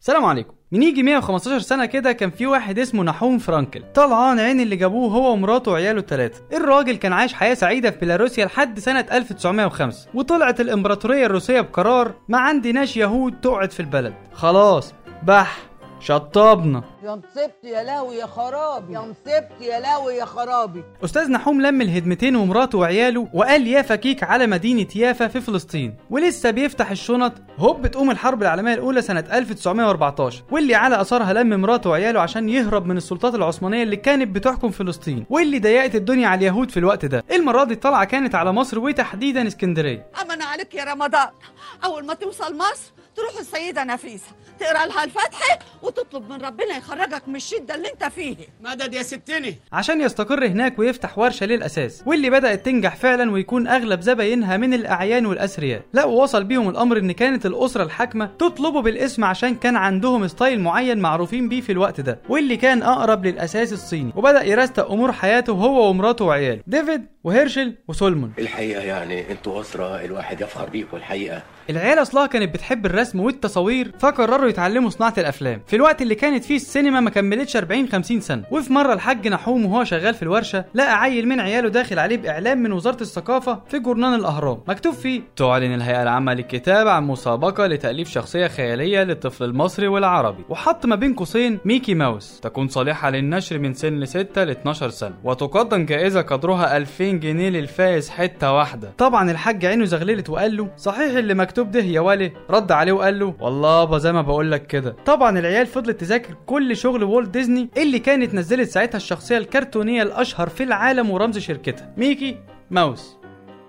السلام عليكم. من يجي 115 سنة كده كان في واحد اسمه نحوم فرانكل، طلعان عين اللي جابوه هو ومراته وعياله الثلاثة. الراجل كان عايش حياة سعيدة في بيلاروسيا لحد سنة 1905، وطلعت الإمبراطورية الروسية بقرار ما عندناش يهود تقعد في البلد، خلاص شطبنا. يا مصيبتي يا لاوي يا خرابي، يا مصيبتي يا لاوي يا خرابي. أستاذ نحوم لم الهدمتين ومراته وعياله وقال يا فكيك على مدينة يافا في فلسطين، ولسه بيفتح الشنط هوب تقوم الحرب العالمية الأولى سنة 1914، واللي على أثرها لم مراته وعياله عشان يهرب من السلطات العثمانية اللي كانت بتحكم فلسطين واللي ضيقت الدنيا على اليهود في الوقت ده. المرة دي الطلعة كانت على مصر وتحديدا اسكندرية. أمن عليك يا رمضان، أول ما توصل مصر تروح السيدة نفيسة تقرأ لها الفاتحة وتطلب من ربنا يخرجك من الشدة اللي انت فيه. مدد يا ستني. عشان يستقر هناك ويفتح ورشة للأساس، واللي بدأت تنجح فعلا ويكون أغلب زباينها من الأعيان والأثرياء. لا ووصل بيهم الأمر إن كانت الأسرة الحاكمة تطلبه بالاسم عشان كان عندهم ستايل معين معروفين بيه في الوقت ده، واللي كان أقرب للأساس الصيني. وبدأ يرستق أمور حياته هو ومراته وعياله ديفيد وهيرشل وسولمون. الحقيقة يعني انتوا أسرة الواحد يفخر بيكم. الحقيقة العيال اصلها كانت بتحب الرسم والتصوير، فقرروا يتعلموا صناعة الافلام في الوقت اللي كانت فيه السينما ما كملتش 40-50 سنة. وفي مرة الحاج نحوم وهو شغال في الورشة لقى عيل من عياله داخل عليه باعلان من وزارة الثقافة في جورنان الاهرام مكتوب فيه: تعلن الهيئة العامة للكتاب عن مسابقة لتأليف شخصية خيالية للطفل المصري والعربي، وحط ما بين قوسين ميكي ماوس، تكون صالحة للنشر من سن 6 ل 12 سنة، وتقدم جائزة قدرها 2000 جنيه للفائز حتة واحدة. طبعا الحاج عينه زغللت وقال له: صحيح اللي مكتوب ده يا والي؟ رد عليه وقال له: والله زي ما بقول لك كده. طبعا العيال فضلت تذاكر كل شغل والت ديزني اللي كانت نزلت ساعتها الشخصيه الكرتونيه الاشهر في العالم ورمز شركتها ميكي ماوس.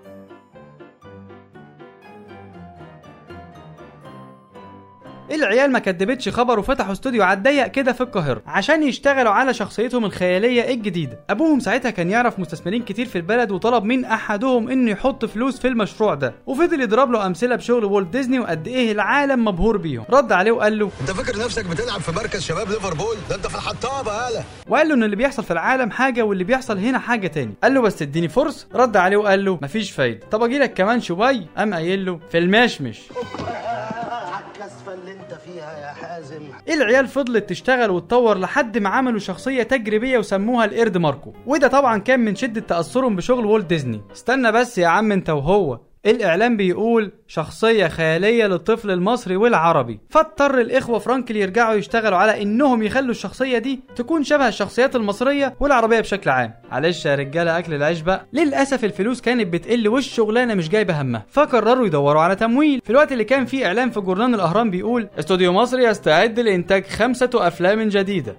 العيال ما كدبتش خبر وفتحوا استوديو على الضيق كده في القاهره عشان يشتغلوا على شخصيتهم الخياليه الجديده. ابوهم ساعتها كان يعرف مستثمرين كتير في البلد وطلب من احدهم انه يحط فلوس في المشروع ده، وفضل يضرب له امثله بشغل والت ديزني وقد ايه العالم مبهور بيهم. رد عليه وقال له: انت فاكر نفسك بتلعب في مركز شباب ليفربول؟ ده انت في الحطابه يالا. وقال له ان اللي بيحصل في العالم حاجه واللي بيحصل هنا حاجه تاني. قال له: بس اديني فرصه. رد عليه وقال له: مفيش فايده، طب اجي لك كمان شويه. قام قايل له: في المشمش. الكسفه اللي انت فيها يا حازم. العيال فضلت تشتغل وتطور لحد ما عملوا شخصيه تجريبيه وسموها القرد ماركو، وده طبعا كان من شده تاثرهم بشغل والت ديزني. استنى بس يا عم انت وهو، الإعلان بيقول شخصية خيالية للطفل المصري والعربي، فاضطر الإخوة فرانكل يرجعوا يشتغلوا على إنهم يخلوا الشخصية دي تكون شبه الشخصيات المصرية والعربية بشكل عام. معلش يا رجالة أكل العيش بقى. للأسف الفلوس كانت بتقل والشغلانة مش جايبة همها، فقرروا يدوروا على تمويل. في الوقت اللي كان فيه إعلان في جورنان الأهرام بيقول: استوديو مصري يستعد لإنتاج 5 أفلام جديدة.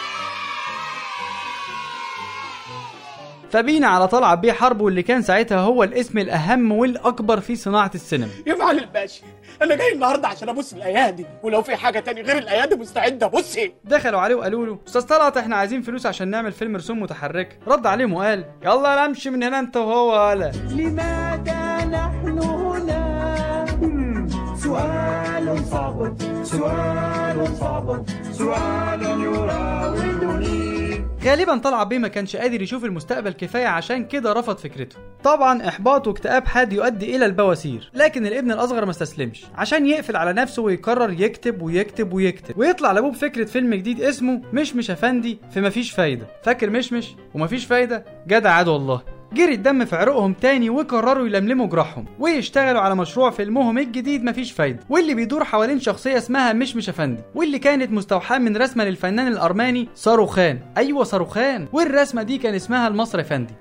فبينا على طلعة بيه حرب، واللي كان ساعتها هو الاسم الأهم والأكبر في صناعة السينما. يا معالي الباشا، أنا جاي النهاردة عشان أبص الأيادي، ولو في حاجة تاني غير الأيادي مستعد أبصي. دخلوا عليه وقالوا له: أستاذ طلعت إحنا عايزين فلوس عشان نعمل فيلم رسوم متحركة. رد عليهم وقال: يلا نمشي من هنا أنت وهو. ولا لماذا نحن هنا؟ سؤال صعب، سؤال صعب، سؤال يراودني. غالبا طلع بيه ما كانش قادر يشوف المستقبل كفايه عشان كده رفض فكرته. طبعا احباط واكتئاب حاد يؤدي الى البواسير، لكن الابن الاصغر ما استسلمش عشان يقفل على نفسه ويقرر يكتب ويكتب ويكتب، ويطلع لابوه بفكره فيلم جديد اسمه مشمش افندي في مفيش فايده. فاكر مشمش ومفيش فايده؟ جدع عاد والله. جري الدم في عروقهم تاني وقرروا يلملموا جراحهم ويشتغلوا على مشروع فيلمهم الجديد مفيش فايده، واللي بيدور حوالين شخصيه اسمها مشمش افندي، واللي كانت مستوحاه من رسمه للفنان الارماني صاروخان. ايوه صاروخان، والرسمه دي كان اسمها المصري افندي.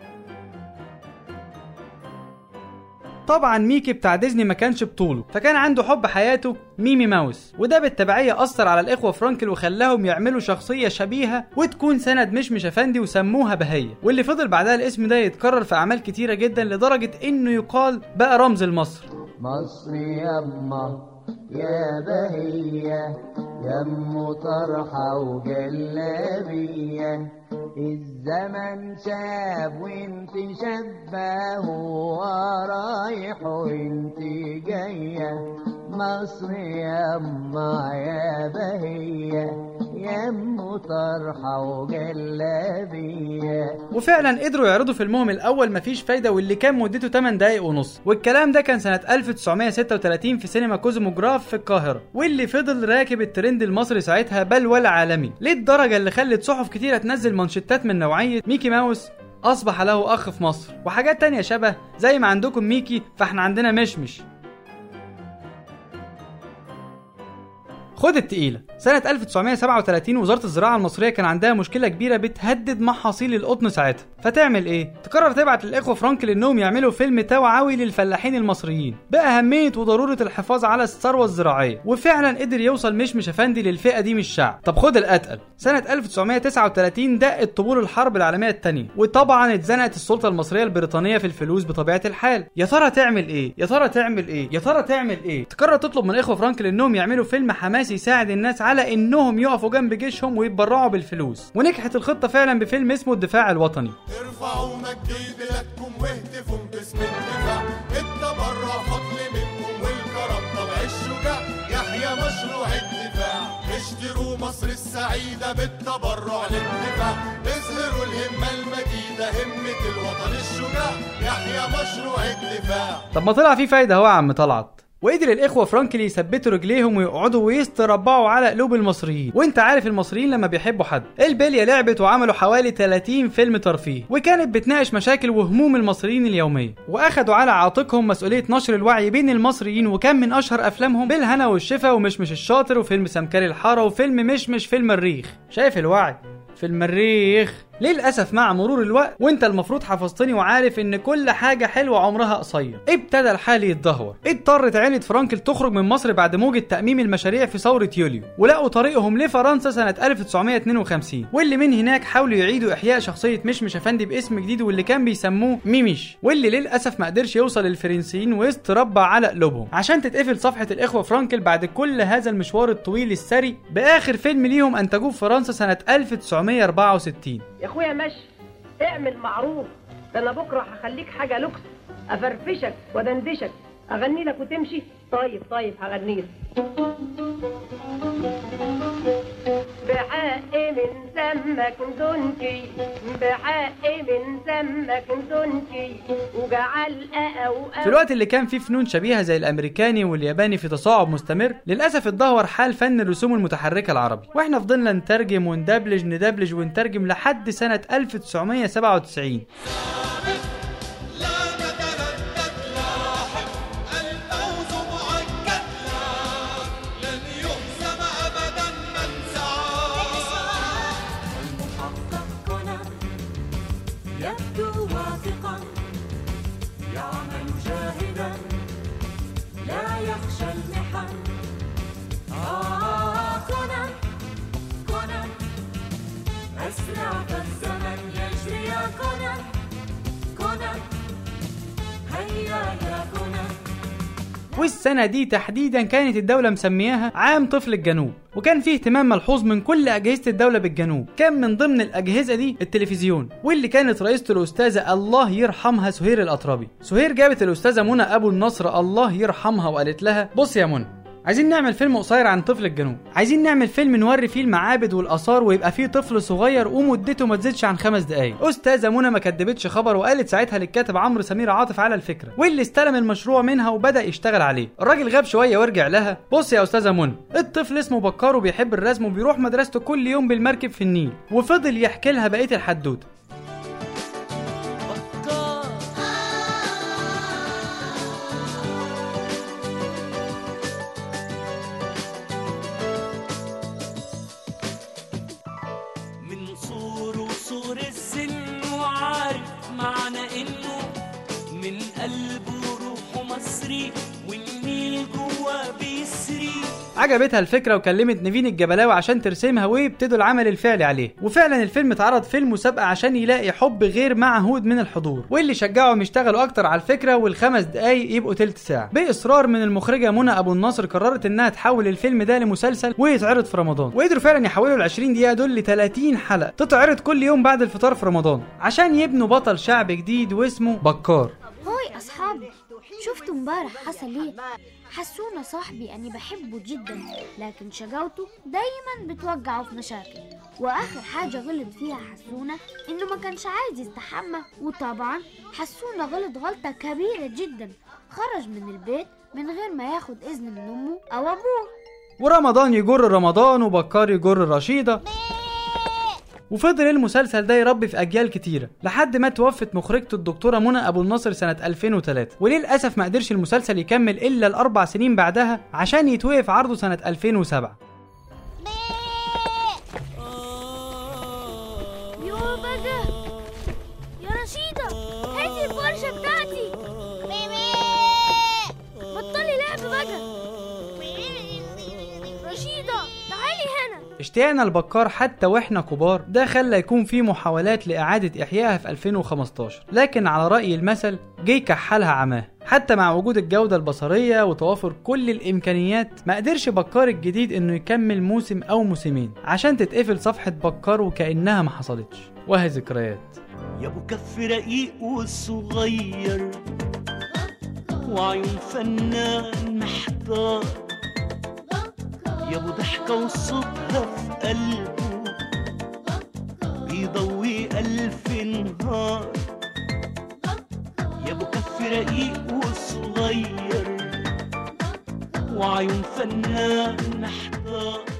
طبعا ميكي بتاع ديزني ما كانش بطوله، فكان عنده حب حياته ميمي ماوس، وده بالتبعية أثر على الإخوة فرانكل وخلاهم يعملوا شخصية شبيهة وتكون سند مشمش أفندي وسموها بهية، واللي فضل بعدها الاسم ده يتكرر في أعمال كتيرة جدا لدرجة إنه يقال بقى رمز لمصر. مصر يما يا بهية يم طرحة وجلابية، الزمن شاب وانت شابه ورايح وانت جاية، مصر يما يا بهية يم طرحة طرحة وجلابية. وفعلا قدروا يعرضوا فيلمهم الاول مفيش فايده، واللي كان مدته 8 دقايق ونص، والكلام ده كان سنه 1936 في سينما كوزموجراف في القاهره، واللي فضل راكب الترند المصري ساعتها بل والعالمي، للدرجه اللي خلت صحف كتيره تنزل مانشيتات من نوعيه ميكي ماوس اصبح له اخ في مصر، وحاجات تانية شبه زي ما عندكم ميكي فاحنا عندنا مشمش. خد التقيلة، سنة 1937 وزارة الزراعة المصرية كان عندها مشكلة كبيرة بتهدد محاصيل القطن ساعتها، فتعمل ايه؟ تقرر تبعت للإخوة فرانكل انهم يعملوا فيلم توعوي للفلاحين المصريين بأهمية وضرورة الحفاظ على الثروة الزراعية، وفعلا قدر يوصل مشمش افندي للفئة دي من الشعب. طب خد الأتقل، سنة 1939 دقت طبول الحرب العالمية الثانية، وطبعا اتزنقت السلطة المصرية البريطانية في الفلوس بطبيعة الحال. يا ترى تعمل ايه؟ يا ترى تعمل ايه؟ يا ترى تعمل ايه؟ تقرر تطلب من الإخوة فرانكل انهم يعملوا فيلم حماسي يساعد الناس على انهم يقفوا جنب جيشهم ويتبرعوا بالفلوس، ونجحت الخطة فعلا بفيلم اسمه الدفاع الوطني. ارفعوا مجد بلادكم واهتفوا باسم الدفاع، التبرع فضل منكم والكرم طبع الشجاع، يحيى مشروع الدفاع، اشتروا مصر السعيدة بالتبرع للدفاع، اظهروا الهمة المجيدة همة الوطن الشجاع، يحيى مشروع الدفاع. طب ما طلع في فايدة اهو يا عم طلعت، وقدر الإخوة فرانكل يثبتوا رجليهم ويقعدوا ويستربعوا على قلوب المصريين، وانت عارف المصريين لما بيحبوا حد. البلية لعبت وعملوا حوالي 30 فيلم ترفيه، وكانت بتناقش مشاكل وهموم المصريين اليومية، واخدوا على عاتقهم مسؤولية نشر الوعي بين المصريين، وكان من اشهر افلامهم بالهنا والشفا ومشمش الشاطر وفيلم سمكري الحارة وفيلم مشمش في المريخ. شايف الوعي في المريخ؟ للأسف مع مرور الوقت وانت المفروض حفظتني وعارف ان كل حاجة حلوة عمرها قصير، ابتدى الحال يتدهور. اضطرت عيلة فرانكل تخرج من مصر بعد موجة تأميم المشاريع في ثورة يوليو، ولقوا طريقهم لفرنسا سنة 1952، واللي من هناك حاولوا يعيدوا إحياء شخصية مشمش أفندي باسم جديد واللي كان بيسموه ميميش، واللي للأسف ما قدرش يوصل للفرنسيين واستربع على قلوبهم، عشان تتقفل صفحة الإخوة فرانكل بعد كل هذا المشوار الطويل الثري بآخر فيلم ليهم أنتجوه في فرنسا سنة 1964. يا اخويا ماشي اعمل معروف، ده انا بكره هخليك حاجه لوكس، افرفشك ودندشك، اغني لك وتمشي. طيب هغني لك. بحقي من دمك دنكي، بحقي من دمك دنكي، وجعل في الوقت اللي كان فيه فنون شبيهة زي الامريكاني والياباني في تصاعد مستمر، للاسف اتدهور حال فن الرسوم المتحركة العربي، واحنا فضلنا نترجم وندبلج ندبلج ونترجم لحد سنة 1997. والسنة دي تحديدا كانت الدولة مسمياها عام طفل الجنوب، وكان فيه اهتمام ملحوظ من كل أجهزة الدولة بالجنوب. كان من ضمن الأجهزة دي التلفزيون، واللي كانت رئيسته الأستاذة الله يرحمها سهير الأطربي. سهير جابت الأستاذة منى أبو النصر الله يرحمها وقالت لها بص يا منى، عايزين نعمل فيلم قصير عن طفل الجنوب، عايزين نعمل فيلم نوري فيه المعابد والآثار ويبقى فيه طفل صغير ومدته ما تزيدش عن 5 دقايق. أستاذة منى ما كدبتش خبر وقالت ساعتها للكاتب عمرو سمير عاطف على الفكرة، واللي استلم المشروع منها وبدأ يشتغل عليه. الراجل غاب شوية ورجع لها، بص يا أستاذة منى، الطفل اسمه بكار وبيحب الرسم وبيروح مدرسته كل يوم بالمركب في النيل، وفضل يحكي لها بقية الحدوتة. عجبتها الفكرة وكلمت نيفين الجبلاوي عشان ترسمها ويبتدوا العمل الفعلي عليه، وفعلا الفيلم اتعرض في المسابقة عشان يلاقي حب غير معهود من الحضور، واللي شجعهم يشتغلوا اكتر على الفكرة وال5 دقايق يبقوا تلت ساعة. بإصرار من المخرجة منى أبو النصر قررت انها تحول الفيلم ده لمسلسل ويتعرض في رمضان، وقدروا فعلا يحولوا ال20 دقيقة دول ل30 حلقة تتعرض كل يوم بعد الفطار في رمضان، عشان يبنوا بطل شعب جديد واسمه بكار. هاي أصحابي، شفتوا امبارح حصل ايه؟ حسونا صاحبي أني بحبه جدا، لكن شجاوته دايما بتوجعه في مشاكل. واخر حاجة غلط فيها حسونة انه ما كانش عايز يستحمى، وطبعا حسونة غلط غلطة كبيرة جدا، خرج من البيت من غير ما ياخد اذن من امه او ابوه. ورمضان يجر رمضان وبكار يجر رشيدة، وفضل المسلسل ده يربي في أجيال كتيرة لحد ما توفت مخرجته الدكتورة منى أبو النصر سنة 2003. وللأسف ما قدرش المسلسل يكمل إلا ال4 سنين بعدها عشان يتوقف عرضه سنة 2007. يوه بقى يا رشيدة، هاتي الفرشة بتاعتي. بطلي لعب بقى. رشيدة تعالي هنا. اشتياقنا لبكار حتى واحنا كبار ده خلى يكون في محاولات لإعادة إحيائها في 2015، لكن على رأي المثل جه كحلها عماه. حتى مع وجود الجودة البصرية وتوافر كل الإمكانيات ما قدرش بكار الجديد إنه يكمل موسم أو موسمين عشان تتقفل صفحة بكار وكأنها ما حصلتش. وهي ذكريات. يا ابو كف رقيق والصغير وعيون فنان محتار، يا ابو ضحكة وصوتها في قلبه بيضوي 1000 نهار، يا ابو كف رقيق وصغير وعيون فنان محتار.